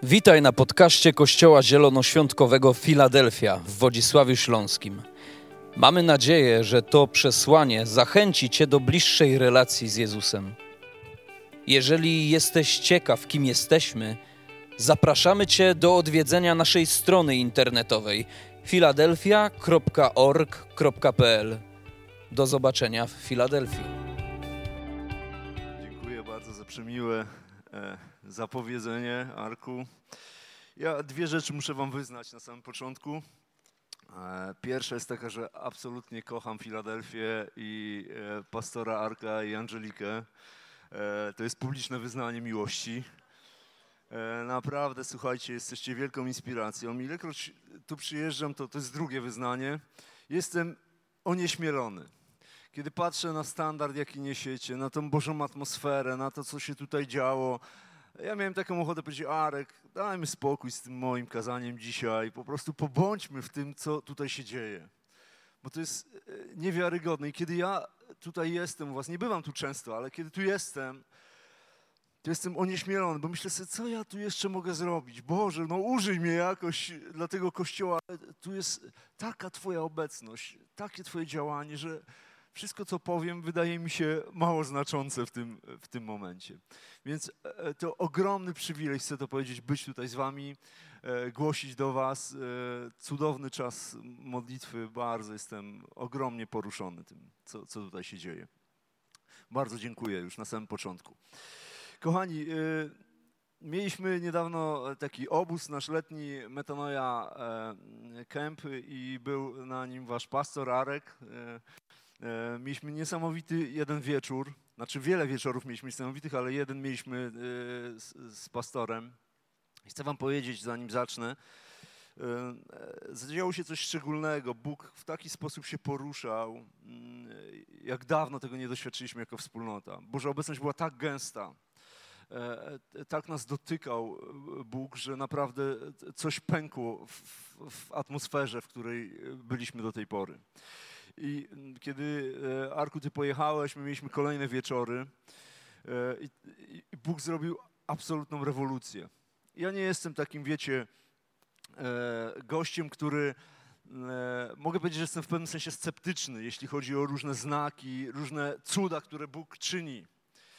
Witaj na podcaście Kościoła Zielonoświątkowego Filadelfia w Wodzisławiu Śląskim. Mamy nadzieję, że to przesłanie zachęci Cię do bliższej relacji z Jezusem. Jeżeli jesteś ciekaw, kim jesteśmy, zapraszamy Cię do odwiedzenia naszej strony internetowej filadelfia.org.pl. Do zobaczenia w Filadelfii. Dziękuję bardzo za przemiłe zapowiedzenie, Arku. Ja dwie rzeczy muszę wam wyznać na samym początku. Pierwsza jest taka, że absolutnie kocham Filadelfię i pastora Arka i Angelikę. To jest publiczne wyznanie miłości. Naprawdę, słuchajcie, jesteście wielką inspiracją. Ilekroć tu przyjeżdżam, to jest drugie wyznanie. Jestem onieśmielony. Kiedy patrzę na standard, jaki niesiecie, na tą Bożą atmosferę, na to, co się tutaj działo, ja miałem taką ochotę powiedzieć: Arek, dajmy spokój z tym moim kazaniem dzisiaj, po prostu pobądźmy w tym, co tutaj się dzieje. Bo to jest niewiarygodne. I kiedy ja tutaj jestem u was, nie bywam tu często, ale kiedy tu jestem, to jestem onieśmielony, bo myślę sobie, co ja tu jeszcze mogę zrobić? Boże, no użyj mnie jakoś dla tego Kościoła. Tu jest taka Twoja obecność, takie Twoje działanie, że wszystko, co powiem, wydaje mi się mało znaczące w tym momencie. Więc to ogromny przywilej, chcę to powiedzieć, być tutaj z wami, głosić do was. Cudowny czas modlitwy, bardzo jestem ogromnie poruszony tym, co tutaj się dzieje. Bardzo dziękuję już na samym początku. Kochani, mieliśmy niedawno taki obóz nasz letni Metanoia Camp i był na nim wasz pastor Arek. Mieliśmy niesamowity jeden wieczór, znaczy wiele wieczorów mieliśmy niesamowitych, ale jeden mieliśmy z pastorem. I chcę wam powiedzieć, zanim zacznę, zadziało się coś szczególnego. Bóg w taki sposób się poruszał, jak dawno tego nie doświadczyliśmy jako wspólnota. Boża obecność była tak gęsta, tak nas dotykał Bóg, że naprawdę coś pękło w atmosferze, w której byliśmy do tej pory. I kiedy, Arku, ty pojechałeś, my mieliśmy kolejne wieczory i Bóg zrobił absolutną rewolucję. Ja nie jestem takim, wiecie, gościem, który, mogę powiedzieć, że jestem w pewnym sensie sceptyczny, jeśli chodzi o różne znaki, różne cuda, które Bóg czyni.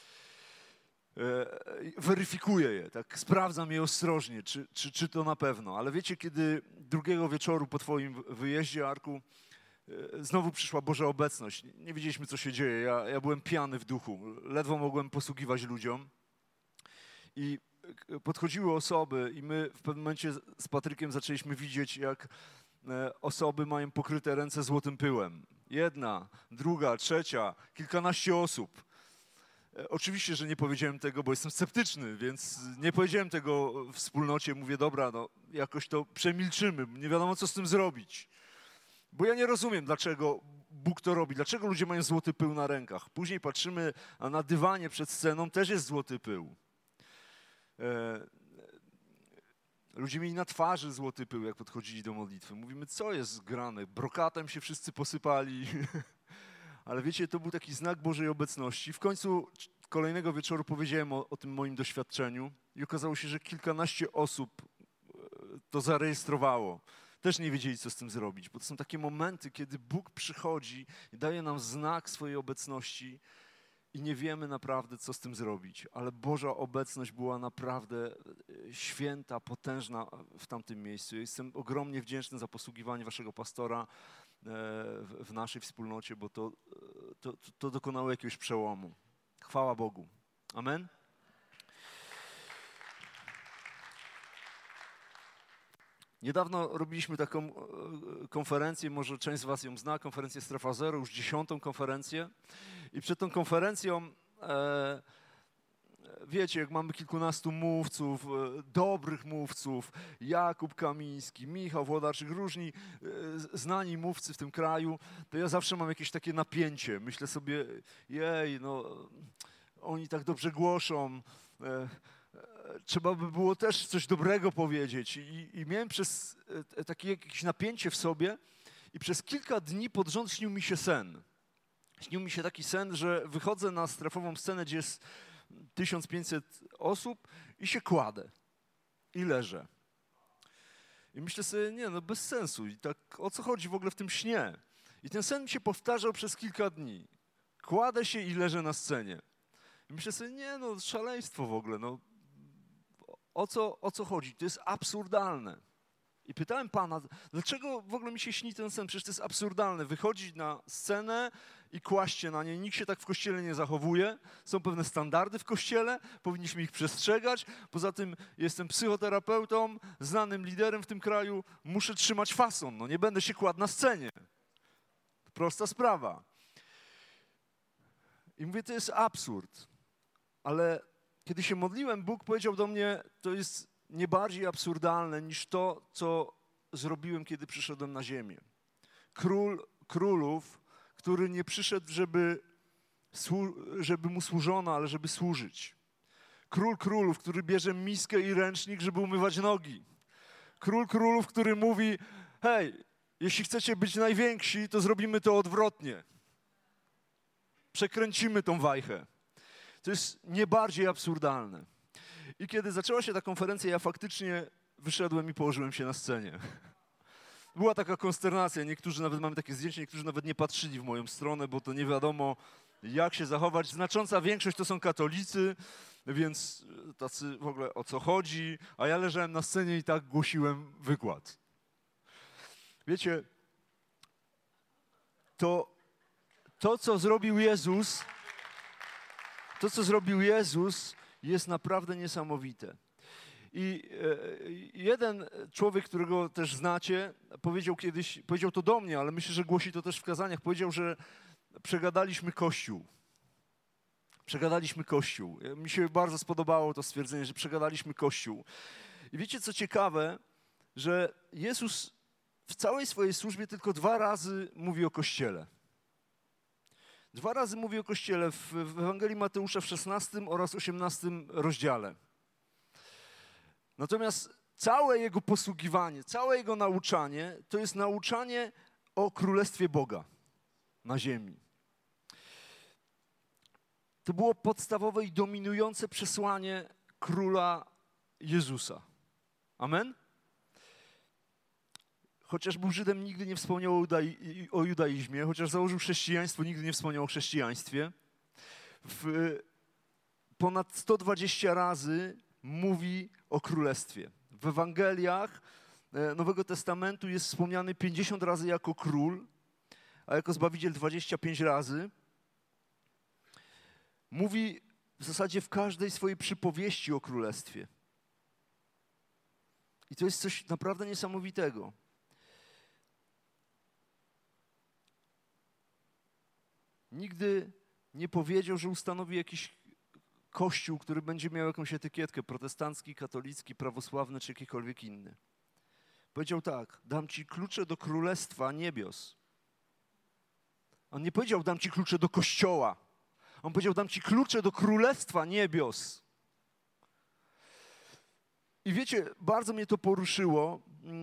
Weryfikuję je, tak, sprawdzam je ostrożnie, czy to na pewno. Ale wiecie, kiedy drugiego wieczoru po twoim wyjeździe, Arku, znowu przyszła Boża obecność. Nie wiedzieliśmy, co się dzieje. Ja byłem pijany w duchu. Ledwo mogłem posługiwać ludziom. I podchodziły osoby i my w pewnym momencie z Patrykiem zaczęliśmy widzieć, jak osoby mają pokryte ręce złotym pyłem. Jedna, druga, trzecia, kilkanaście osób. Oczywiście, że nie powiedziałem tego, bo jestem sceptyczny, więc nie powiedziałem tego w wspólnocie. Mówię, dobra, no jakoś to przemilczymy. Nie wiadomo, co z tym zrobić. Bo ja nie rozumiem, dlaczego Bóg to robi, dlaczego ludzie mają złoty pył na rękach. Później patrzymy, a na dywanie przed sceną też jest złoty pył. Ludzie mieli na twarzy złoty pył, jak podchodzili do modlitwy. Mówimy, co jest grane? Brokatem się wszyscy posypali. Ale wiecie, to był taki znak Bożej obecności. W końcu kolejnego wieczoru powiedziałem o tym moim doświadczeniu i okazało się, że kilkanaście osób to zarejestrowało. Też nie wiedzieli, co z tym zrobić, bo to są takie momenty, kiedy Bóg przychodzi i daje nam znak swojej obecności i nie wiemy naprawdę, co z tym zrobić. Ale Boża obecność była naprawdę święta, potężna w tamtym miejscu. Ja jestem ogromnie wdzięczny za posługiwanie waszego pastora w naszej wspólnocie, bo to dokonało jakiegoś przełomu. Chwała Bogu. Amen. Niedawno robiliśmy taką konferencję, może część z was ją zna, konferencję Strefa Zero, już 10. konferencję. I przed tą konferencją, wiecie, jak mamy kilkunastu mówców, dobrych mówców, Jakub Kamiński, Michał Włodarczyk, różni znani mówcy w tym kraju, to ja zawsze mam jakieś takie napięcie. Myślę sobie, jej, no oni tak dobrze głoszą, trzeba by było też coś dobrego powiedzieć. I miałem przez takie jakieś napięcie w sobie i przez kilka dni pod rząd śnił mi się sen. Śnił mi się taki sen, że wychodzę na strefową scenę, gdzie jest 1500 osób i się kładę. i leżę. I myślę sobie, nie, no bez sensu. I tak o co chodzi w ogóle w tym śnie? I ten sen mi się powtarzał przez kilka dni. Kładę się i leżę na scenie. I myślę sobie, nie, no szaleństwo w ogóle, no o co chodzi? To jest absurdalne. I pytałem Pana, dlaczego w ogóle mi się śni ten sen? Przecież to jest absurdalne. Wychodzić na scenę i kłaść się na niej. Nikt się tak w Kościele nie zachowuje. Są pewne standardy w Kościele, powinniśmy ich przestrzegać. Poza tym jestem psychoterapeutą, znanym liderem w tym kraju. Muszę trzymać fason, no nie będę się kładł na scenie. Prosta sprawa. I mówię, to jest absurd. Ale kiedy się modliłem, Bóg powiedział do mnie, to jest nie bardziej absurdalne niż to, co zrobiłem, kiedy przyszedłem na ziemię. Król królów, który nie przyszedł, żeby mu służono, ale żeby służyć. Król królów, który bierze miskę i ręcznik, żeby umywać nogi. Król królów, który mówi, hej, jeśli chcecie być najwięksi, to zrobimy to odwrotnie. Przekręcimy tą wajchę. To jest nie bardziej absurdalne. I kiedy zaczęła się ta konferencja, ja faktycznie wyszedłem i położyłem się na scenie. Była taka konsternacja, niektórzy nawet, mamy takie zdjęcie, niektórzy nawet nie patrzyli w moją stronę, bo to nie wiadomo, jak się zachować. Znacząca większość to są katolicy, więc tacy w ogóle o co chodzi, a ja leżałem na scenie i tak głosiłem wykład. Wiecie, to co zrobił Jezus, jest naprawdę niesamowite. I jeden człowiek, którego też znacie, powiedział to do mnie, ale myślę, że głosi to też w kazaniach, powiedział, że przegadaliśmy Kościół. Przegadaliśmy Kościół. Mi się bardzo spodobało to stwierdzenie, że przegadaliśmy Kościół. I wiecie, co ciekawe, że Jezus w całej swojej służbie tylko 2 razy mówi o Kościele. 2 razy mówi o Kościele w Ewangelii Mateusza w 16 oraz 18 rozdziale. Natomiast całe Jego posługiwanie, całe Jego nauczanie to jest nauczanie o Królestwie Boga na ziemi. To było podstawowe i dominujące przesłanie Króla Jezusa. Amen? Chociaż był Żydem, nigdy nie wspomniał o judaizmie, chociaż założył chrześcijaństwo, nigdy nie wspomniał o chrześcijaństwie. Ponad 120 razy mówi o królestwie. W Ewangeliach Nowego Testamentu jest wspomniany 50 razy jako król, a jako Zbawiciel 25 razy. Mówi w zasadzie w każdej swojej przypowieści o królestwie. I to jest coś naprawdę niesamowitego. Nigdy nie powiedział, że ustanowi jakiś kościół, który będzie miał jakąś etykietkę protestancki, katolicki, prawosławny czy jakikolwiek inny. Powiedział tak, dam ci klucze do Królestwa Niebios. On nie powiedział, dam ci klucze do Kościoła. On powiedział, dam ci klucze do Królestwa Niebios. I wiecie, bardzo mnie to poruszyło,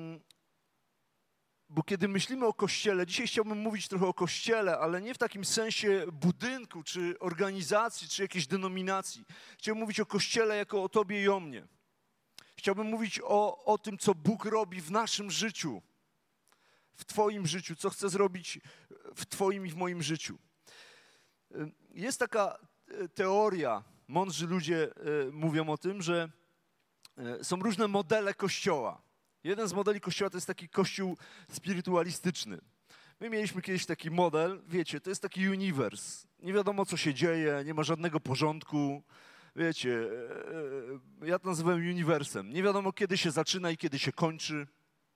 bo kiedy myślimy o Kościele, dzisiaj chciałbym mówić trochę o Kościele, ale nie w takim sensie budynku, czy organizacji, czy jakiejś denominacji. Chciałbym mówić o Kościele jako o Tobie i o mnie. Chciałbym mówić o tym, co Bóg robi w naszym życiu, w Twoim życiu, co chce zrobić w Twoim i w moim życiu. Jest taka teoria, mądrzy ludzie mówią o tym, że są różne modele Kościoła. Jeden z modeli Kościoła to jest taki Kościół spirytualistyczny. My mieliśmy kiedyś taki model, wiecie, to jest taki uniwers. Nie wiadomo, co się dzieje, nie ma żadnego porządku. Wiecie, ja to nazywam uniwersem. Nie wiadomo, kiedy się zaczyna i kiedy się kończy.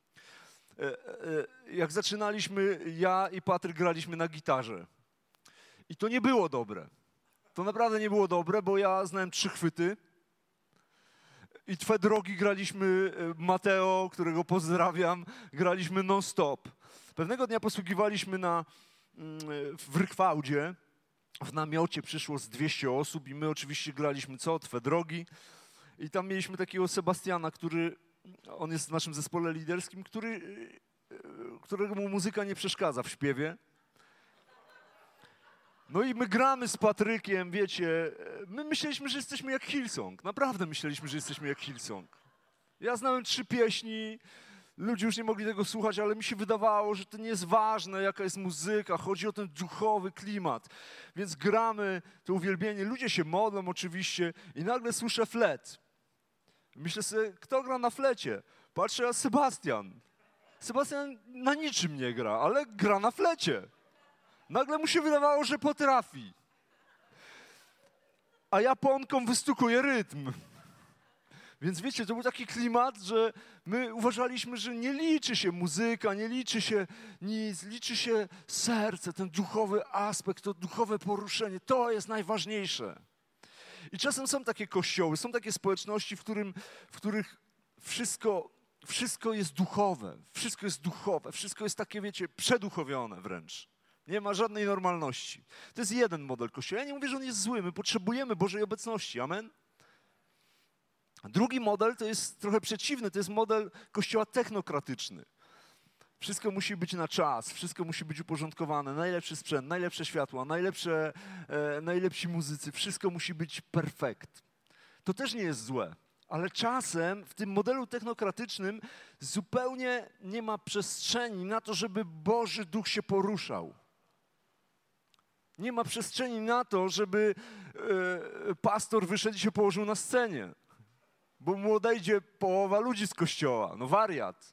Jak zaczynaliśmy, ja i Patryk graliśmy na gitarze. I to nie było dobre. To naprawdę nie było dobre, bo ja znałem 3 chwyty. I Twe drogi graliśmy, Mateo, którego pozdrawiam, graliśmy non-stop. Pewnego dnia posługiwaliśmy w Rykwałdzie, w namiocie przyszło z 200 osób i my oczywiście graliśmy Twe drogi. I tam mieliśmy takiego Sebastiana, on jest w naszym zespole liderskim, którego mu muzyka nie przeszkadza w śpiewie. No i my gramy z Patrykiem, wiecie, my myśleliśmy, że jesteśmy jak Hillsong. Naprawdę myśleliśmy, że jesteśmy jak Hillsong. Ja znałem 3 pieśni, ludzie już nie mogli tego słuchać, ale mi się wydawało, że to nie jest ważne, jaka jest muzyka, chodzi o ten duchowy klimat. Więc gramy to uwielbienie, ludzie się modlą oczywiście i nagle słyszę flet. Myślę sobie, kto gra na flecie? Patrzę, a Sebastian. Sebastian na niczym nie gra, ale gra na flecie. Nagle mu się wydawało, że potrafi. A ja pątką wystukuję rytm. Więc wiecie, to był taki klimat, że my uważaliśmy, że nie liczy się muzyka, nie liczy się nic, liczy się serce, ten duchowy aspekt, to duchowe poruszenie, to jest najważniejsze. I czasem są takie kościoły, są takie społeczności, w których wszystko jest duchowe, wszystko jest takie, wiecie, przeduchowione wręcz. Nie ma żadnej normalności. To jest jeden model kościoła. Ja nie mówię, że on jest zły, my potrzebujemy Bożej obecności, amen? Drugi model to jest trochę przeciwny, to jest model kościoła technokratyczny. Wszystko musi być na czas, wszystko musi być uporządkowane, najlepszy sprzęt, najlepsze światła, najlepsi muzycy, wszystko musi być perfekt. To też nie jest złe, ale czasem w tym modelu technokratycznym zupełnie nie ma przestrzeni na to, żeby Boży Duch się poruszał. Nie ma przestrzeni na to, żeby pastor wyszedł i się położył na scenie, bo mu odejdzie połowa ludzi z kościoła, no wariat.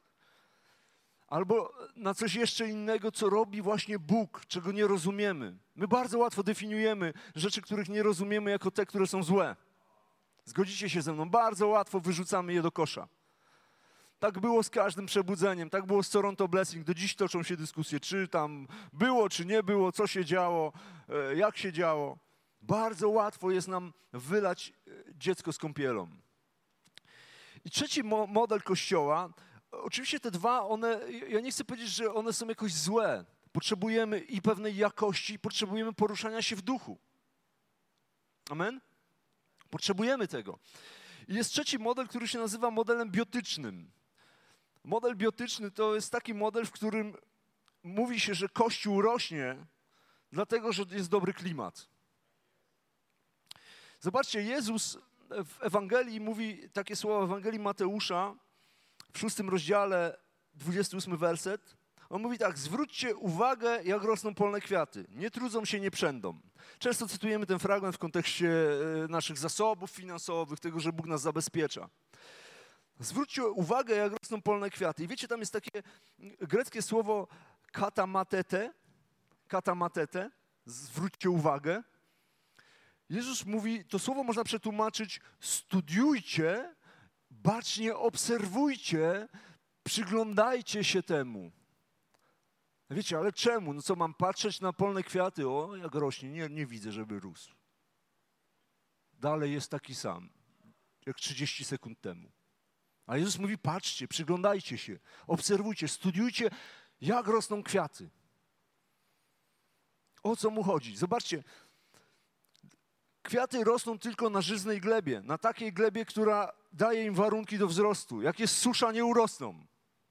Albo na coś jeszcze innego, co robi właśnie Bóg, czego nie rozumiemy. My bardzo łatwo definiujemy rzeczy, których nie rozumiemy, jako te, które są złe. Zgodzicie się ze mną? Bardzo łatwo wyrzucamy je do kosza. Tak było z każdym przebudzeniem, tak było z Toronto Blessing. Do dziś toczą się dyskusje, czy tam było, czy nie było, co się działo, jak się działo. Bardzo łatwo jest nam wylać dziecko z kąpielą. I trzeci model Kościoła, oczywiście te dwa, ja nie chcę powiedzieć, że one są jakoś złe. Potrzebujemy i pewnej jakości, i potrzebujemy poruszania się w duchu. Amen? Potrzebujemy tego. I jest trzeci model, który się nazywa modelem biotycznym. Model biotyczny to jest taki model, w którym mówi się, że Kościół rośnie, dlatego że jest dobry klimat. Zobaczcie, Jezus w Ewangelii mówi takie słowa, w Ewangelii Mateusza, w 6 rozdziale, 28 werset. On mówi tak: zwróćcie uwagę, jak rosną polne kwiaty. Nie trudzą się, nie przędą. Często cytujemy ten fragment w kontekście naszych zasobów finansowych, tego, że Bóg nas zabezpiecza. Zwróćcie uwagę, jak rosną polne kwiaty. I wiecie, tam jest takie greckie słowo katamatete, zwróćcie uwagę. Jezus mówi, to słowo można przetłumaczyć: studiujcie, bacznie obserwujcie, przyglądajcie się temu. Wiecie, ale czemu? No co, mam patrzeć na polne kwiaty? O, jak rośnie. Nie widzę, żeby rósł. Dalej jest taki sam, jak 30 sekund temu. A Jezus mówi, patrzcie, przyglądajcie się, obserwujcie, studiujcie, jak rosną kwiaty. O co mu chodzi? Zobaczcie, kwiaty rosną tylko na żyznej glebie, na takiej glebie, która daje im warunki do wzrostu. Jak jest susza, nie urosną.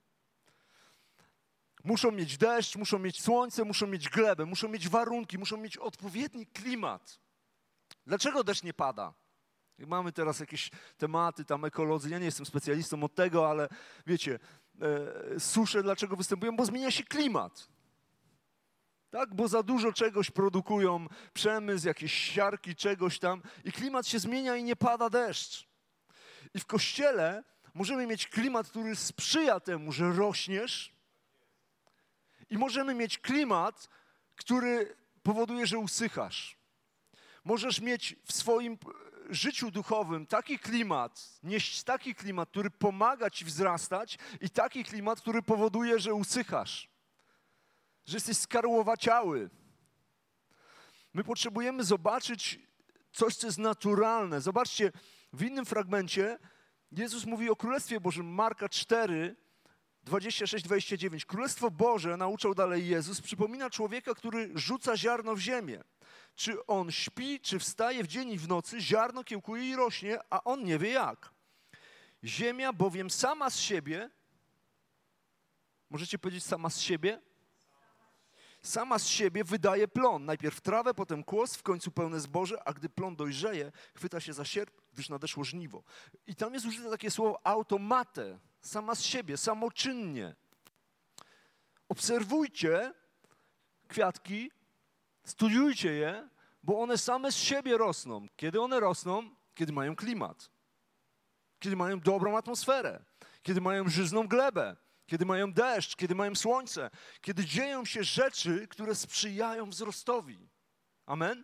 Muszą mieć deszcz, muszą mieć słońce, muszą mieć glebę, muszą mieć warunki, muszą mieć odpowiedni klimat. Dlaczego deszcz nie pada? Mamy teraz jakieś tematy, tam ekolodzy, ja nie jestem specjalistą od tego, ale wiecie, susze dlaczego występują? Bo zmienia się klimat. Tak, bo za dużo czegoś produkują, przemysł, jakieś siarki, czegoś tam i klimat się zmienia i nie pada deszcz. I w Kościele możemy mieć klimat, który sprzyja temu, że rośniesz, i możemy mieć klimat, który powoduje, że usychasz. Możesz mieć w swoim życiu duchowym taki klimat, nieść taki klimat, który pomaga ci wzrastać i taki klimat, który powoduje, że usychasz. Że jesteś skarłowaciały. My potrzebujemy zobaczyć coś, co jest naturalne. Zobaczcie, w innym fragmencie Jezus mówi o Królestwie Bożym, Marka 4, 26-29. Królestwo Boże, nauczał dalej Jezus, przypomina człowieka, który rzuca ziarno w ziemię. Czy on śpi, czy wstaje w dzień i w nocy, ziarno kiełkuje i rośnie, a on nie wie jak. Ziemia bowiem sama z siebie, możecie powiedzieć sama z siebie? Sama z siebie wydaje plon. Najpierw trawę, potem kłos, w końcu pełne zboże, a gdy plon dojrzeje, chwyta się za sierp, gdyż nadeszło żniwo. I tam jest użyte takie słowo automate. Sama z siebie, samoczynnie. Obserwujcie kwiatki, studiujcie je, bo one same z siebie rosną. Kiedy one rosną? Kiedy mają klimat. Kiedy mają dobrą atmosferę. Kiedy mają żyzną glebę. Kiedy mają deszcz, kiedy mają słońce. Kiedy dzieją się rzeczy, które sprzyjają wzrostowi. Amen?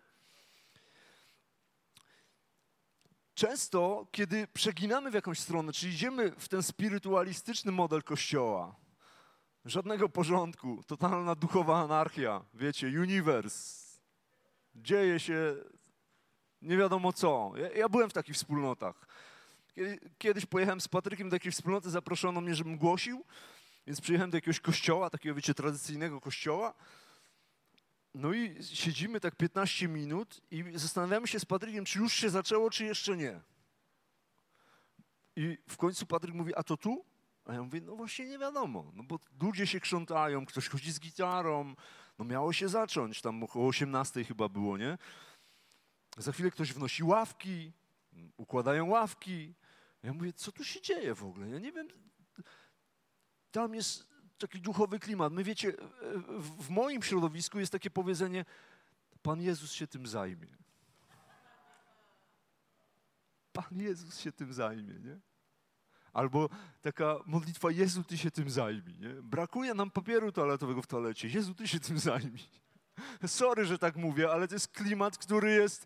Często, kiedy przeginamy w jakąś stronę, czyli idziemy w ten spirytualistyczny model Kościoła, żadnego porządku, totalna duchowa anarchia, wiecie, uniwers, dzieje się nie wiadomo co. Ja byłem w takich wspólnotach. Kiedyś pojechałem z Patrykiem do jakiejś wspólnoty, zaproszono mnie, żebym głosił, więc przyjechałem do jakiegoś kościoła, takiego, wiecie, tradycyjnego kościoła. No i siedzimy tak 15 minut i zastanawiamy się z Patrykiem, czy już się zaczęło, czy jeszcze nie. I w końcu Patryk mówi, a to tu? A ja mówię, no właśnie nie wiadomo, no bo ludzie się krzątają, ktoś chodzi z gitarą, no miało się zacząć, tam około 18 chyba było, nie? Za chwilę ktoś wnosi ławki, układają ławki. Ja mówię, co tu się dzieje w ogóle? Ja nie wiem, tam jest taki duchowy klimat. My wiecie, w moim środowisku jest takie powiedzenie, Pan Jezus się tym zajmie. Pan Jezus się tym zajmie, nie? Albo taka modlitwa, Jezu, Ty się tym zajmij, nie? Brakuje nam papieru toaletowego w toalecie. Jezu, Ty się tym zajmij. Sorry, że tak mówię, ale to jest klimat, który jest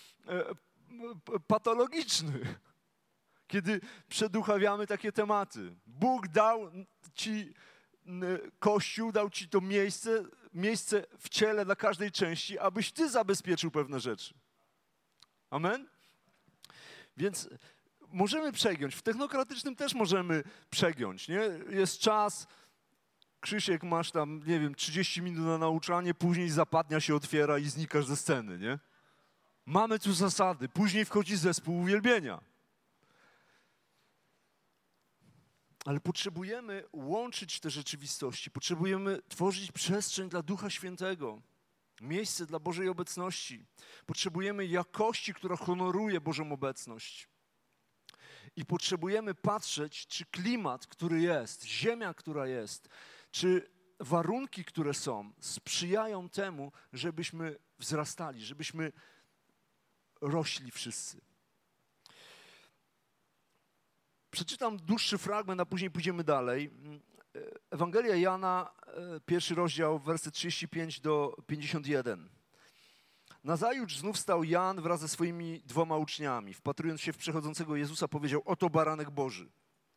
patologiczny. Kiedy przeduchawiamy takie tematy. Bóg dał ci Kościół, dał ci to miejsce w ciele dla każdej części, abyś ty zabezpieczył pewne rzeczy. Amen? Więc możemy przegiąć. W technokratycznym też możemy przegiąć, nie? Jest czas, Krzysiek, masz tam, nie wiem, 30 minut na nauczanie, później zapadnia się otwiera i znikasz ze sceny, nie? Mamy tu zasady. Później wchodzi zespół uwielbienia. Ale potrzebujemy łączyć te rzeczywistości. Potrzebujemy tworzyć przestrzeń dla Ducha Świętego. Miejsce dla Bożej obecności. Potrzebujemy jakości, która honoruje Bożą obecność. I potrzebujemy patrzeć, czy klimat, który jest, ziemia, która jest, czy warunki, które są, sprzyjają temu, żebyśmy wzrastali, żebyśmy rośli wszyscy. Przeczytam dłuższy fragment, a później pójdziemy dalej. Ewangelia Jana, 1 rozdział, wersy 35 do 51. Nazajutrz znów stał Jan wraz ze swoimi 2 uczniami. Wpatrując się w przechodzącego Jezusa, powiedział, oto baranek Boży.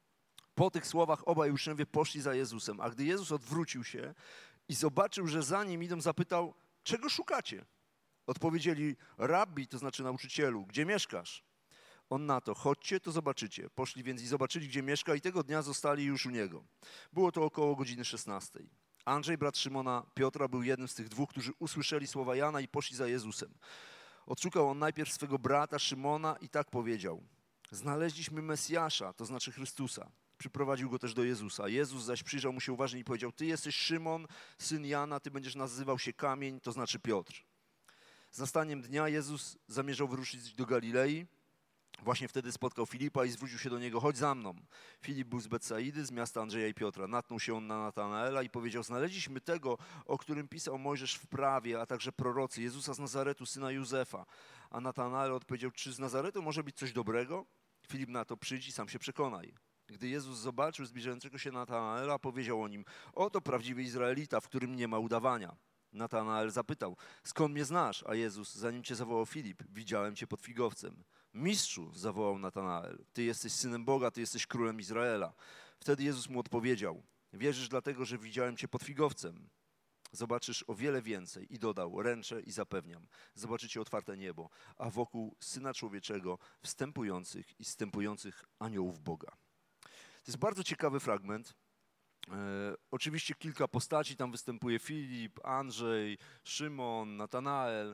Po tych słowach obaj uczniowie poszli za Jezusem, a gdy Jezus odwrócił się i zobaczył, że za nim idą, zapytał, czego szukacie? Odpowiedzieli, rabbi, to znaczy nauczycielu, gdzie mieszkasz? On na to, chodźcie, to zobaczycie. Poszli więc i zobaczyli, gdzie mieszka i tego dnia zostali już u niego. Było to około godziny 16. Andrzej, brat Szymona Piotra, był jednym z tych 2, którzy usłyszeli słowa Jana i poszli za Jezusem. Odszukał on najpierw swego brata Szymona i tak powiedział, znaleźliśmy Mesjasza, to znaczy Chrystusa. Przyprowadził go też do Jezusa. Jezus zaś przyjrzał mu się uważnie i powiedział, ty jesteś Szymon, syn Jana, ty będziesz nazywał się Kamień, to znaczy Piotr. Z nastaniem dnia Jezus zamierzał wyruszyć do Galilei. Właśnie wtedy spotkał Filipa i zwrócił się do niego, chodź za mną. Filip był z Betsaidy, z miasta Andrzeja i Piotra. Natknął się on na Natanaela i powiedział, znaleźliśmy tego, o którym pisał Mojżesz w prawie, a także prorocy, Jezusa z Nazaretu, syna Józefa. A Natanael odpowiedział, czy z Nazaretu może być coś dobrego? Filip na to, przyjdź i sam się przekonaj. Gdy Jezus zobaczył zbliżającego się Natanaela, powiedział o nim, oto prawdziwy Izraelita, w którym nie ma udawania. Natanael zapytał, skąd mnie znasz? A Jezus, zanim cię zawołał Filip, widziałem cię pod figowcem. Mistrzu, zawołał Natanael, ty jesteś synem Boga, ty jesteś królem Izraela. Wtedy Jezus mu odpowiedział, wierzysz dlatego, że widziałem cię pod figowcem. Zobaczysz o wiele więcej. I dodał, ręczę i zapewniam, zobaczycie otwarte niebo, a wokół Syna Człowieczego wstępujących i zstępujących aniołów Boga. To jest bardzo ciekawy fragment. Oczywiście kilka postaci, tam występuje Filip, Andrzej, Szymon, Natanael.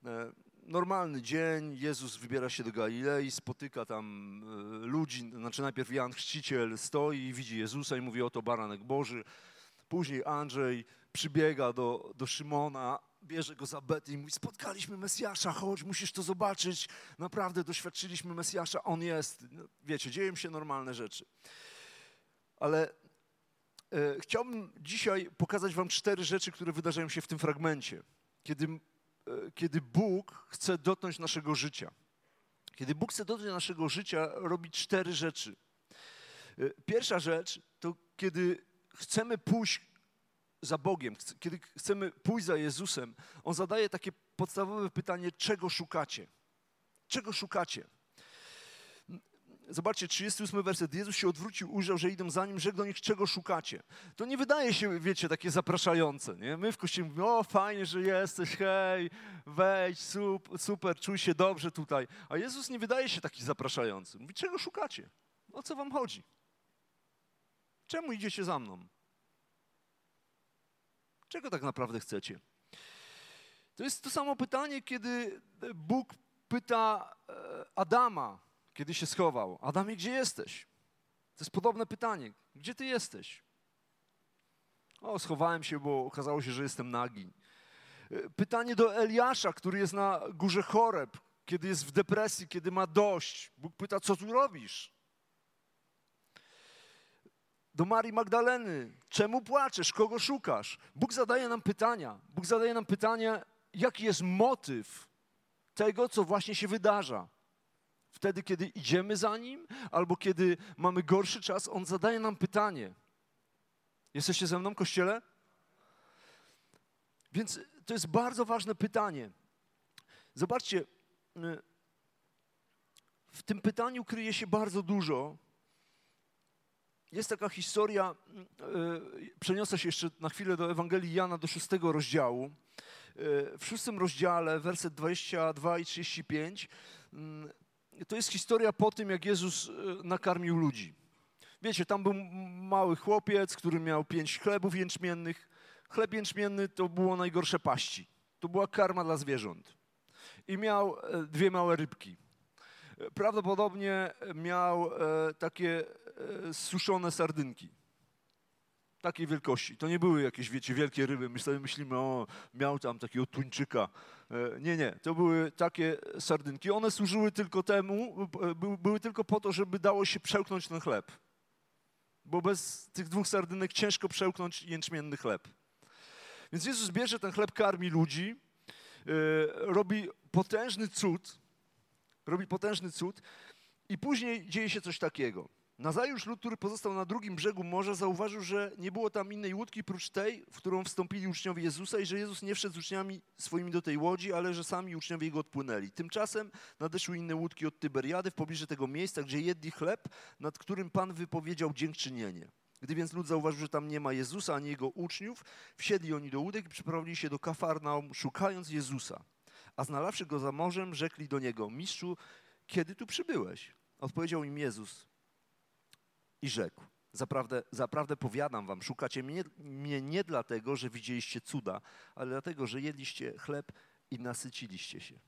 Normalny dzień, Jezus wybiera się do Galilei, spotyka tam ludzi, znaczy najpierw Jan Chrzciciel stoi i widzi Jezusa i mówi, oto baranek Boży. Później Andrzej przybiega do Szymona, bierze go za bety i mówi, spotkaliśmy Mesjasza, chodź, musisz to zobaczyć, naprawdę doświadczyliśmy Mesjasza, on jest. No, wiecie, dzieją się normalne rzeczy. Ale chciałbym dzisiaj pokazać wam 4 rzeczy, które wydarzają się w tym fragmencie, kiedy Bóg chce dotknąć naszego życia. Kiedy Bóg chce dotknąć naszego życia, robi 4 rzeczy. Pierwsza rzecz to kiedy chcemy pójść za Bogiem, kiedy chcemy pójść za Jezusem, On zadaje takie podstawowe pytanie, czego szukacie? Czego szukacie? Zobaczcie, 38 werset. Jezus się odwrócił, ujrzał, że idą za Nim, rzekł do nich, czego szukacie? To nie wydaje się, wiecie, takie zapraszające, nie? My w Kościele mówimy, o fajnie, że jesteś, hej, wejdź, super, czuj się dobrze tutaj. A Jezus nie wydaje się taki zapraszający. Mówi, czego szukacie? O co wam chodzi? Czemu idziecie za mną? Czego tak naprawdę chcecie? To jest to samo pytanie, kiedy Bóg pyta Adama, kiedy się schował. Adamie, gdzie jesteś? To jest podobne pytanie. Gdzie ty jesteś? O, schowałem się, bo okazało się, że jestem nagi. Pytanie do Eliasza, który jest na górze Choreb, kiedy jest w depresji, kiedy ma dość. Bóg pyta, co tu robisz? Do Marii Magdaleny, czemu płaczesz, kogo szukasz? Bóg zadaje nam pytania. Bóg zadaje nam pytania, jaki jest motyw tego, co właśnie się wydarza. Wtedy, kiedy idziemy za Nim, albo kiedy mamy gorszy czas, On zadaje nam pytanie. Jesteście ze mną, Kościele? Więc to jest bardzo ważne pytanie. Zobaczcie, w tym pytaniu kryje się bardzo dużo. Jest taka historia, przeniosę się jeszcze na chwilę do Ewangelii Jana, do 6 rozdziału. W 6 rozdziale, werset 22 i 35, to jest historia po tym, jak Jezus nakarmił ludzi. Wiecie, tam był mały chłopiec, który miał 5 chlebów jęczmiennych. Chleb jęczmienny to było najgorsze paści. To była karma dla zwierząt. I miał 2 małe rybki. Prawdopodobnie miał takie suszone sardynki. Takiej wielkości. To nie były jakieś, wiecie, wielkie ryby. My sobie myślimy, o, miał tam takiego tuńczyka. Nie. To były takie sardynki. One służyły tylko temu, były tylko po to, żeby dało się przełknąć ten chleb. Bo bez tych 2 sardynek ciężko przełknąć jęczmienny chleb. Więc Jezus bierze ten chleb, karmi ludzi, robi potężny cud i później dzieje się coś takiego. Nazajutrz lud, który pozostał na drugim brzegu morza, zauważył, że nie było tam innej łódki prócz tej, w którą wstąpili uczniowie Jezusa i że Jezus nie wszedł z uczniami swoimi do tej łodzi, ale że sami uczniowie Jego odpłynęli. Tymczasem nadeszły inne łódki od Tyberiady w pobliżu tego miejsca, gdzie jedli chleb, nad którym Pan wypowiedział dziękczynienie. Gdy więc lud zauważył, że tam nie ma Jezusa ani Jego uczniów, wsiedli oni do łódek i przeprowadzili się do Kafarnaum, szukając Jezusa. A znalazłszy Go za morzem, rzekli do Niego, Mistrzu, kiedy tu przybyłeś? Odpowiedział im Jezus i rzekł, zaprawdę powiadam wam, szukacie mnie nie dlatego, że widzieliście cuda, ale dlatego, że jedliście chleb i nasyciliście się.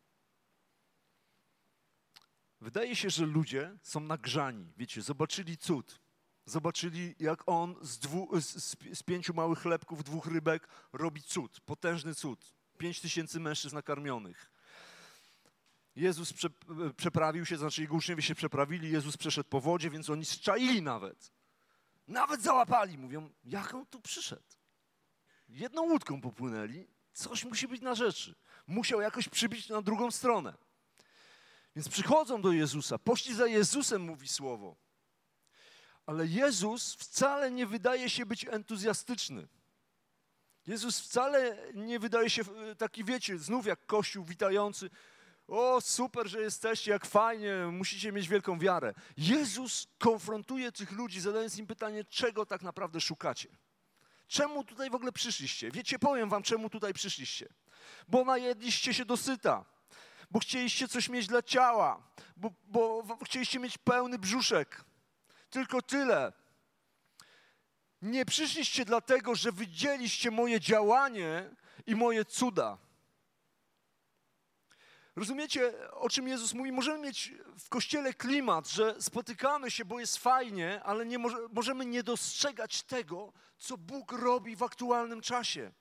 Wydaje się, że ludzie są nagrzani, wiecie, zobaczyli cud. Zobaczyli, jak On z 5 małych chlebków, 2 rybek robi cud, potężny cud. 5000 mężczyzn nakarmionych. Jezus przeprawił się, znaczy Jego uczniowie się przeprawili, Jezus przeszedł po wodzie, więc oni zczaili nawet. Nawet załapali, mówią, jak On tu przyszedł? Jedną łódką popłynęli, coś musi być na rzeczy. Musiał jakoś przybić na drugą stronę. Więc przychodzą do Jezusa, poszli za Jezusem, mówi słowo. Ale Jezus wcale nie wydaje się być entuzjastyczny. Jezus wcale nie wydaje się taki, wiecie, znów jak Kościół witający. O, super, że jesteście, jak fajnie, musicie mieć wielką wiarę. Jezus konfrontuje tych ludzi, zadając im pytanie, czego tak naprawdę szukacie. Czemu tutaj w ogóle przyszliście? Wiecie, powiem wam, czemu tutaj przyszliście. Bo najedliście się dosyta, bo chcieliście coś mieć dla ciała, bo chcieliście mieć pełny brzuszek. Tylko tyle. Nie przyszliście dlatego, że widzieliście moje działanie i moje cuda. Rozumiecie, o czym Jezus mówi? Możemy mieć w Kościele klimat, że spotykamy się, bo jest fajnie, ale możemy nie dostrzegać tego, co Bóg robi w aktualnym czasie.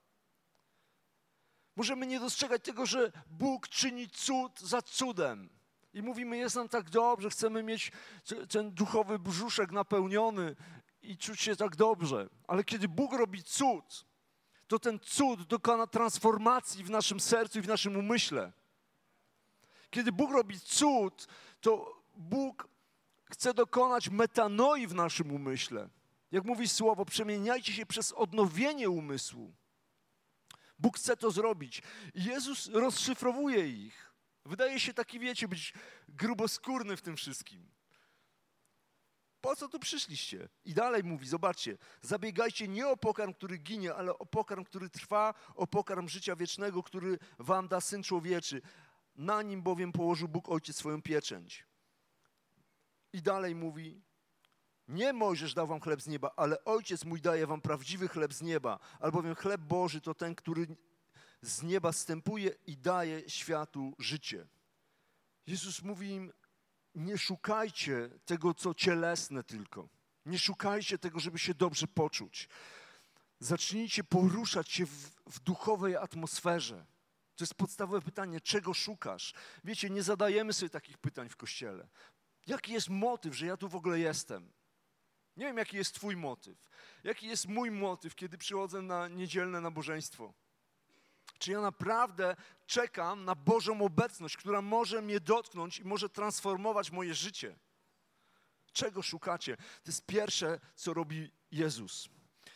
Możemy nie dostrzegać tego, że Bóg czyni cud za cudem. I mówimy, jest nam tak dobrze, chcemy mieć ten duchowy brzuszek napełniony i czuć się tak dobrze. Ale kiedy Bóg robi cud, to ten cud dokona transformacji w naszym sercu i w naszym umyśle. Kiedy Bóg robi cud, to Bóg chce dokonać metanoi w naszym umyśle. Jak mówi słowo, przemieniajcie się przez odnowienie umysłu. Bóg chce to zrobić. I Jezus rozszyfrowuje ich. Wydaje się taki, wiecie, być gruboskórny w tym wszystkim. Po co tu przyszliście? I dalej mówi, zobaczcie, zabiegajcie nie o pokarm, który ginie, ale o pokarm, który trwa, o pokarm życia wiecznego, który wam da Syn Człowieczy. Na nim bowiem położył Bóg Ojciec swoją pieczęć. I dalej mówi, nie Mojżesz dał wam chleb z nieba, ale Ojciec mój daje wam prawdziwy chleb z nieba, albowiem chleb Boży to ten, który z nieba zstępuje i daje światu życie. Jezus mówi im, nie szukajcie tego, co cielesne tylko. Nie szukajcie tego, żeby się dobrze poczuć. Zacznijcie poruszać się w duchowej atmosferze. To jest podstawowe pytanie, czego szukasz? Wiecie, nie zadajemy sobie takich pytań w Kościele. Jaki jest motyw, że ja tu w ogóle jestem? Nie wiem, jaki jest twój motyw. Jaki jest mój motyw, kiedy przychodzę na niedzielne nabożeństwo? Czy ja naprawdę czekam na Bożą obecność, która może mnie dotknąć i może transformować moje życie? Czego szukacie? To jest pierwsze, co robi Jezus.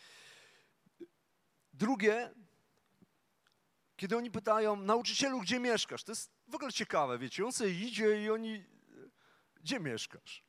Drugie, kiedy oni pytają, nauczycielu, gdzie mieszkasz? To jest w ogóle ciekawe, wiecie, on sobie idzie i oni, gdzie mieszkasz?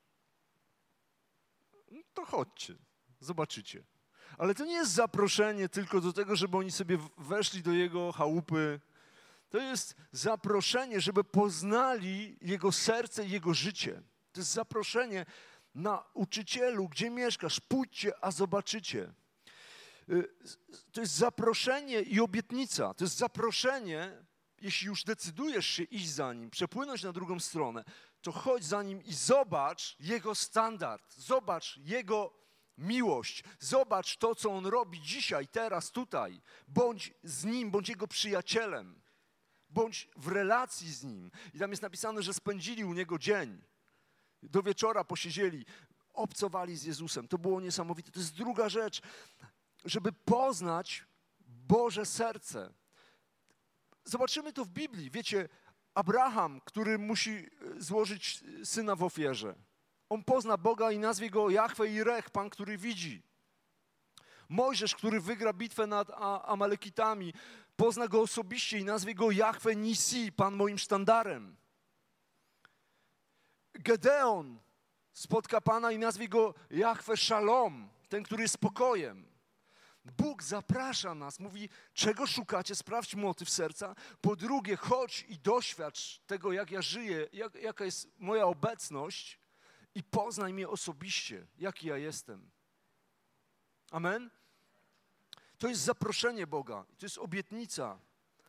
No to chodźcie, zobaczycie. Ale to nie jest zaproszenie tylko do tego, żeby oni sobie weszli do jego chałupy. To jest zaproszenie, żeby poznali jego serce i jego życie. To jest zaproszenie, nauczycielu, gdzie mieszkasz? Pójdźcie, a zobaczycie. To jest zaproszenie i obietnica. To jest zaproszenie, jeśli już decydujesz się iść za nim, przepłynąć na drugą stronę, to chodź za nim i zobacz jego standard. Zobacz jego miłość. Zobacz to, co on robi dzisiaj, teraz, tutaj. Bądź z nim, bądź jego przyjacielem. Bądź w relacji z nim. I tam jest napisane, że spędzili u niego dzień. Do wieczora posiedzieli, obcowali z Jezusem. To było niesamowite. To jest druga rzecz, żeby poznać Boże serce. Zobaczymy to w Biblii. Wiecie, Abraham, który musi złożyć syna w ofierze. On pozna Boga i nazwie go Jahwe Jireh, Pan, który widzi. Mojżesz, który wygra bitwę nad Amalekitami, pozna go osobiście i nazwie go Jahwe Nisi, Pan moim sztandarem. Gedeon spotka Pana i nazwie go Jahwe Shalom, ten, który jest spokojem. Bóg zaprasza nas, mówi, czego szukacie, sprawdź motyw serca. Po drugie, chodź i doświadcz tego, jak ja żyję, jaka jest moja obecność i poznaj mnie osobiście, jaki ja jestem. Amen? To jest zaproszenie Boga, to jest obietnica.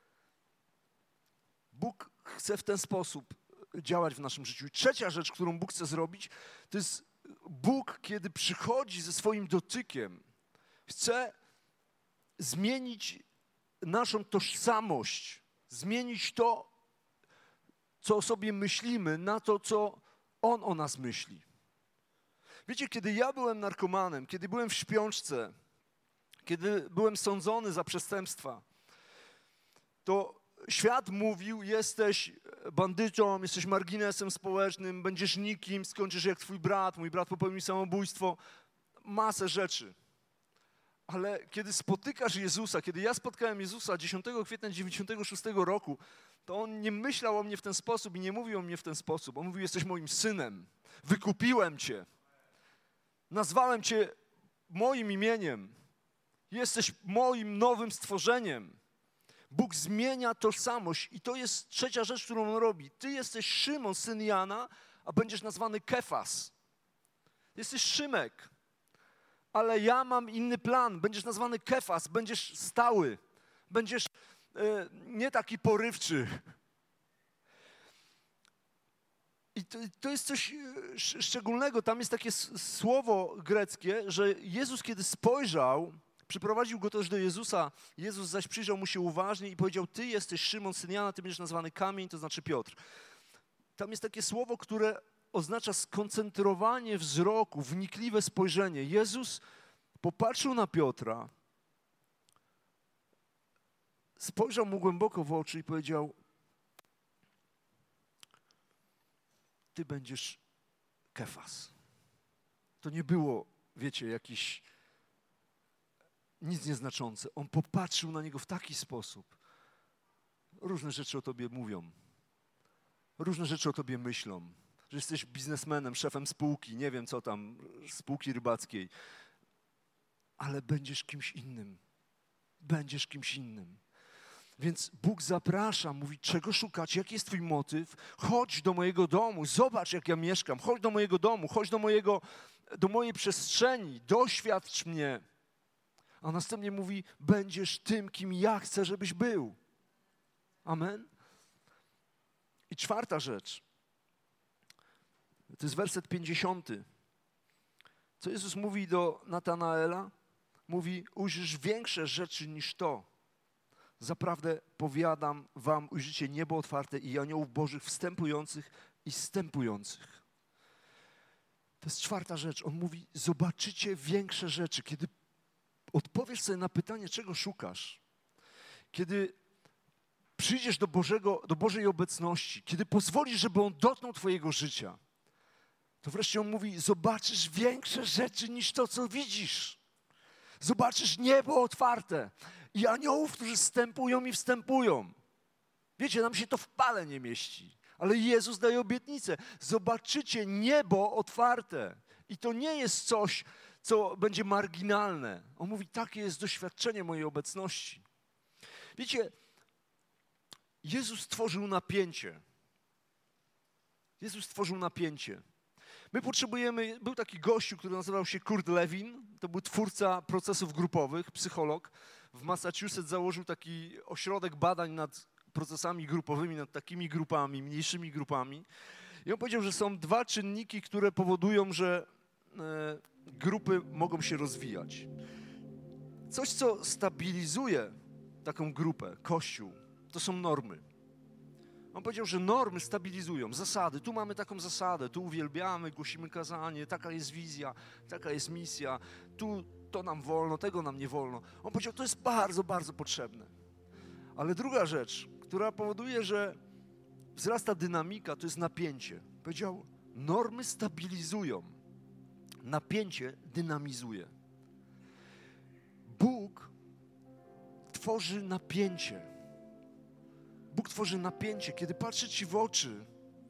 Bóg chce w ten sposób działać w naszym życiu. I trzecia rzecz, którą Bóg chce zrobić, to jest Bóg, kiedy przychodzi ze swoim dotykiem, chce zmienić naszą tożsamość, zmienić to, co o sobie myślimy, na to, co On o nas myśli. Wiecie, kiedy ja byłem narkomanem, kiedy byłem w śpiączce, kiedy byłem sądzony za przestępstwa, to świat mówił, jesteś bandytą, jesteś marginesem społecznym, będziesz nikim, skończysz jak twój brat, mój brat popełnił samobójstwo, masę rzeczy. Ale kiedy spotykasz Jezusa, kiedy ja spotkałem Jezusa 10 kwietnia 1996 roku, to On nie myślał o mnie w ten sposób i nie mówił o mnie w ten sposób. On mówił, jesteś moim synem, wykupiłem cię, nazwałem cię moim imieniem, jesteś moim nowym stworzeniem. Bóg zmienia tożsamość i to jest trzecia rzecz, którą On robi. Ty jesteś Szymon, syn Jana, a będziesz nazwany Kefas. Jesteś Szymek. Ale ja mam inny plan. Będziesz nazwany Kefas, będziesz stały. Będziesz nie taki porywczy. I to jest coś szczególnego. Tam jest takie słowo greckie, że Jezus, kiedy spojrzał, przyprowadził go też do Jezusa. Jezus zaś przyjrzał mu się uważnie i powiedział: ty jesteś Szymon, syn Jana, ty będziesz nazwany Kamień, to znaczy Piotr. Tam jest takie słowo, które oznacza skoncentrowanie wzroku, wnikliwe spojrzenie. Jezus popatrzył na Piotra, spojrzał mu głęboko w oczy i powiedział: ty będziesz Kefas. To nie było, wiecie, jakiś nic nieznaczące. On popatrzył na niego w taki sposób. Różne rzeczy o tobie mówią. Różne rzeczy o tobie myślą. Że jesteś biznesmenem, szefem spółki, nie wiem co tam, spółki rybackiej. Ale będziesz kimś innym. Będziesz kimś innym. Więc Bóg zaprasza, mówi: czego szukacie, jaki jest twój motyw? Chodź do mojego domu, zobacz jak ja mieszkam, chodź do mojego domu, chodź do mojej przestrzeni, doświadcz mnie. A następnie mówi: będziesz tym, kim ja chcę, żebyś był. Amen? I czwarta rzecz, to jest werset 50. Co Jezus mówi do Natanaela? Mówi: ujrzysz większe rzeczy niż to. Zaprawdę powiadam wam, ujrzycie niebo otwarte i aniołów bożych wstępujących i zstępujących. To jest czwarta rzecz. On mówi: zobaczycie większe rzeczy. Kiedy odpowiesz sobie na pytanie, czego szukasz, kiedy przyjdziesz do Bożej obecności, kiedy pozwolisz, żeby On dotknął twojego życia, to wreszcie On mówi: zobaczysz większe rzeczy niż to, co widzisz. Zobaczysz niebo otwarte i aniołów, którzy zstępują i wstępują. Wiecie, nam się to w pale nie mieści, ale Jezus daje obietnicę. Zobaczycie niebo otwarte. I to nie jest coś, co będzie marginalne. On mówi: takie jest doświadczenie mojej obecności. Wiecie, Jezus stworzył napięcie. Jezus stworzył napięcie. My potrzebujemy, był taki gościu, który nazywał się Kurt Lewin, to był twórca procesów grupowych, psycholog. W Massachusetts założył taki ośrodek badań nad procesami grupowymi, nad takimi grupami, mniejszymi grupami. I on powiedział, że są dwa czynniki, które powodują, że grupy mogą się rozwijać. Coś, co stabilizuje taką grupę, Kościół, to są normy. On powiedział, że normy stabilizują, zasady. Tu mamy taką zasadę, tu uwielbiamy, głosimy kazanie, taka jest wizja, taka jest misja, tu to nam wolno, tego nam nie wolno. On powiedział, to jest bardzo, bardzo potrzebne. Ale druga rzecz, która powoduje, że wzrasta dynamika, to jest napięcie. Powiedział, normy stabilizują, napięcie dynamizuje. Bóg tworzy napięcie. Bóg tworzy napięcie, kiedy patrzy ci w oczy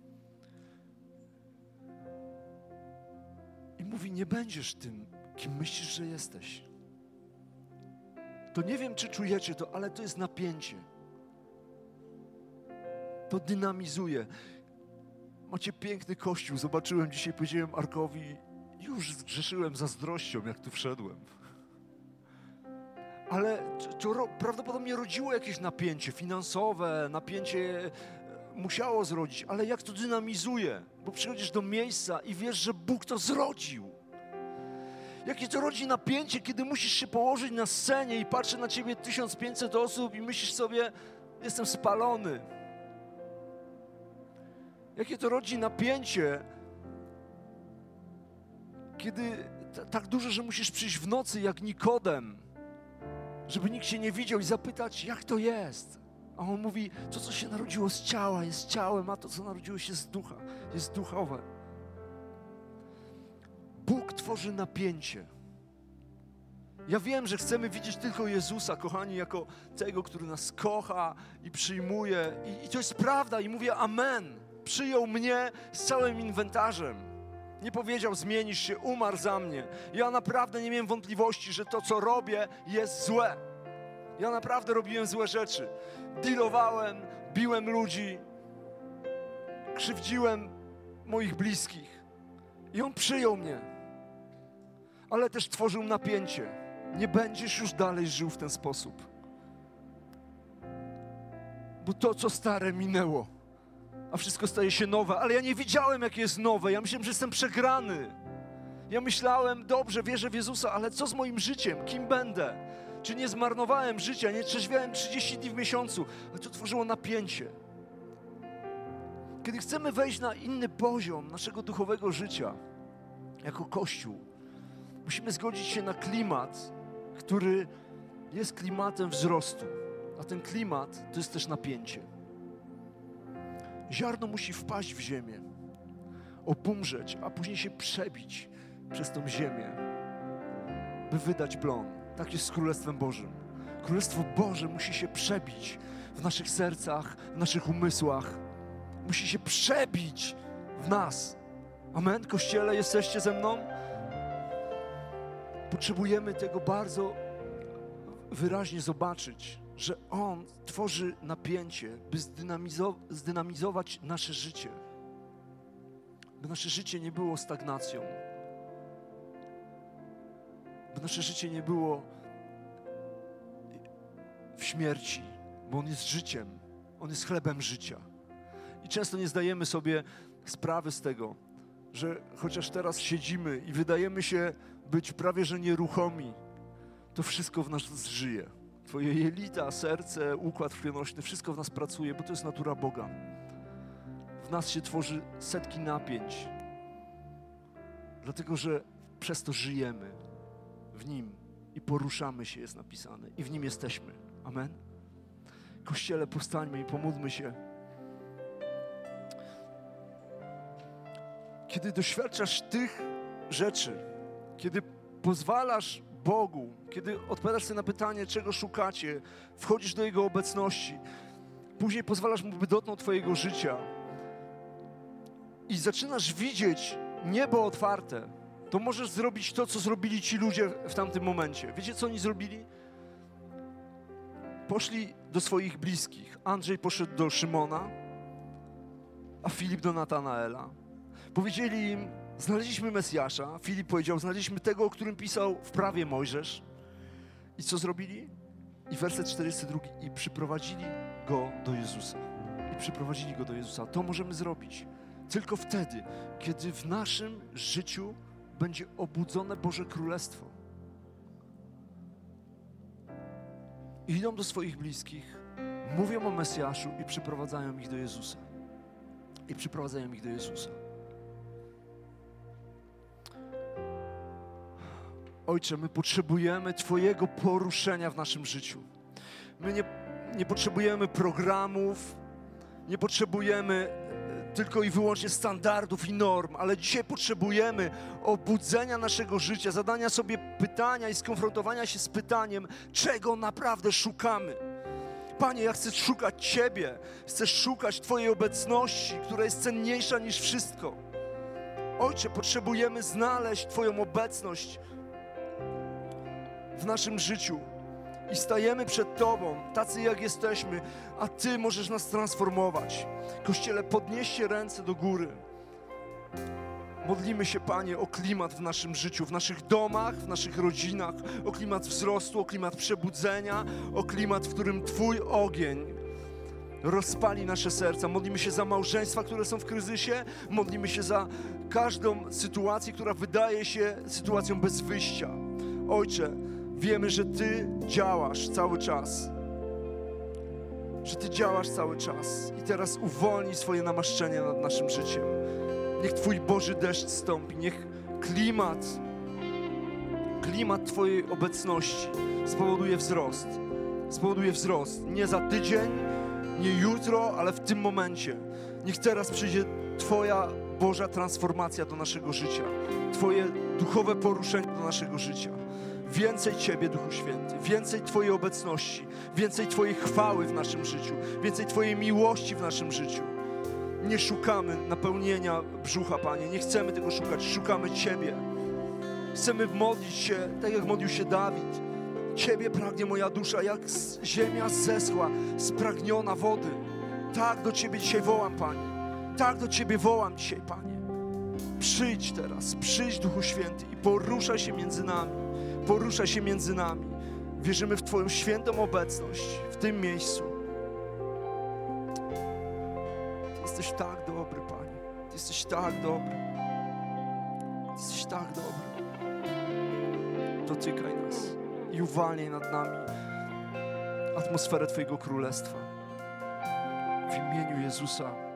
i mówi, nie będziesz tym, kim myślisz, że jesteś. To nie wiem, czy czujecie to, ale to jest napięcie. To dynamizuje. Macie piękny kościół. Zobaczyłem dzisiaj, powiedziałem Arkowi, już zgrzeszyłem zazdrością, jak tu wszedłem. Ale to prawdopodobnie rodziło jakieś napięcie finansowe, napięcie musiało zrodzić, ale jak to dynamizuje, bo przychodzisz do miejsca i wiesz, że Bóg to zrodził. Jakie to rodzi napięcie, kiedy musisz się położyć na scenie i patrzy na ciebie 1500 osób i myślisz sobie, jestem spalony. Jakie to rodzi napięcie, kiedy tak duże, że musisz przyjść w nocy jak Nikodem, żeby nikt się nie widział i zapytać, jak to jest. A on mówi, to, co się narodziło z ciała, jest ciałem, a to, co narodziło się z ducha, jest duchowe. Bóg tworzy napięcie. Ja wiem, że chcemy widzieć tylko Jezusa, kochani, jako tego, który nas kocha i przyjmuje. I to jest prawda. I mówię amen. Przyjął mnie z całym inwentarzem. Nie powiedział, zmienisz się, umarł za mnie. Ja naprawdę nie miałem wątpliwości, że to, co robię, jest złe. Ja naprawdę robiłem złe rzeczy. Dealowałem, biłem ludzi, krzywdziłem moich bliskich. I On przyjął mnie. Ale też tworzył napięcie. Nie będziesz już dalej żył w ten sposób. Bo to, co stare, minęło. a wszystko staje się nowe. Ale ja nie wiedziałem, jakie jest nowe. Ja myślałem, że jestem przegrany. Ja myślałem, dobrze, wierzę w Jezusa, ale co z moim życiem? Kim będę? Czy nie zmarnowałem życia? Nie trzeźwiałem 30 dni w miesiącu? Ale to tworzyło napięcie. Kiedy chcemy wejść na inny poziom naszego duchowego życia, jako Kościół, musimy zgodzić się na klimat, który jest klimatem wzrostu. A ten klimat to jest też napięcie. Ziarno musi wpaść w ziemię, obumrzeć, a później się przebić przez tą ziemię, by wydać plon. Tak jest z Królestwem Bożym. Królestwo Boże musi się przebić w naszych sercach, w naszych umysłach. Musi się przebić w nas. Amen? Kościele, jesteście ze mną? Potrzebujemy tego bardzo wyraźnie zobaczyć, że On tworzy napięcie, by zdynamizować nasze życie. By nasze życie nie było stagnacją. By nasze życie nie było w śmierci, bo On jest życiem. On jest chlebem życia. I często nie zdajemy sobie sprawy z tego, że chociaż teraz siedzimy i wydajemy się być prawie że nieruchomi, to wszystko w nas żyje. Twoje jelita, serce, układ krwionośny, wszystko w nas pracuje, bo to jest natura Boga. W nas się tworzy setki napięć, dlatego że przez to żyjemy w Nim i poruszamy się, jest napisane, i w Nim jesteśmy. Amen? Kościele, powstańmy i pomódlmy się. Kiedy doświadczasz tych rzeczy, kiedy pozwalasz Bogu, kiedy odpowiadasz sobie na pytanie, czego szukacie, wchodzisz do Jego obecności, później pozwalasz Mu, by dotknął Twojego życia i zaczynasz widzieć niebo otwarte, to możesz zrobić to, co zrobili ci ludzie w tamtym momencie. Wiecie, co oni zrobili? Poszli do swoich bliskich. Andrzej poszedł do Szymona, a Filip do Natanaela. Powiedzieli im, znaleźliśmy Mesjasza. Filip powiedział, znaleźliśmy tego, o którym pisał w prawie Mojżesz. I co zrobili? I werset 42. I przyprowadzili go do Jezusa. I przyprowadzili go do Jezusa. To możemy zrobić tylko wtedy, kiedy w naszym życiu będzie obudzone Boże Królestwo. I idą do swoich bliskich, mówią o Mesjaszu i przyprowadzają ich do Jezusa. I przyprowadzają ich do Jezusa. Ojcze, my potrzebujemy Twojego poruszenia w naszym życiu. My nie potrzebujemy programów, nie potrzebujemy tylko i wyłącznie standardów i norm, ale dzisiaj potrzebujemy obudzenia naszego życia, zadania sobie pytania i skonfrontowania się z pytaniem, czego naprawdę szukamy. Panie, ja chcę szukać Ciebie, chcę szukać Twojej obecności, która jest cenniejsza niż wszystko. Ojcze, potrzebujemy znaleźć Twoją obecność w naszym życiu i stajemy przed Tobą, tacy jak jesteśmy, a Ty możesz nas transformować. Kościele, podnieście ręce do góry. Modlimy się, Panie, o klimat w naszym życiu, w naszych domach, w naszych rodzinach, o klimat wzrostu, o klimat przebudzenia, o klimat, w którym Twój ogień rozpali nasze serca. Modlimy się za małżeństwa, które są w kryzysie, modlimy się za każdą sytuację, która wydaje się sytuacją bez wyjścia. Ojcze, wiemy, że Ty działasz cały czas. Że Ty działasz cały czas. I teraz uwolnij swoje namaszczenie nad naszym życiem. Niech Twój Boży deszcz stąpi. Niech klimat Twojej obecności spowoduje wzrost. Spowoduje wzrost. Nie za tydzień, nie jutro, ale w tym momencie. Niech teraz przyjdzie Twoja Boża transformacja do naszego życia. Twoje duchowe poruszenie do naszego życia. Więcej Ciebie, Duchu Święty, więcej Twojej obecności, więcej Twojej chwały w naszym życiu, więcej Twojej miłości w naszym życiu. Nie szukamy napełnienia brzucha, Panie, nie chcemy tego szukać, szukamy Ciebie. Chcemy modlić się, tak jak modlił się Dawid. Ciebie pragnie moja dusza, jak ziemia zeschła, spragniona wody. Tak do Ciebie dzisiaj wołam, Panie. Tak do Ciebie wołam dzisiaj, Panie. Przyjdź teraz, przyjdź, Duchu Święty, i poruszaj się między nami. Poruszaj się między nami. Wierzymy w Twoją świętą obecność w tym miejscu. jesteś tak dobry, Panie. Ty jesteś tak dobry. Ty jesteś tak dobry. Dotykaj nas i uwalnij nad nami atmosferę Twojego Królestwa. W imieniu Jezusa.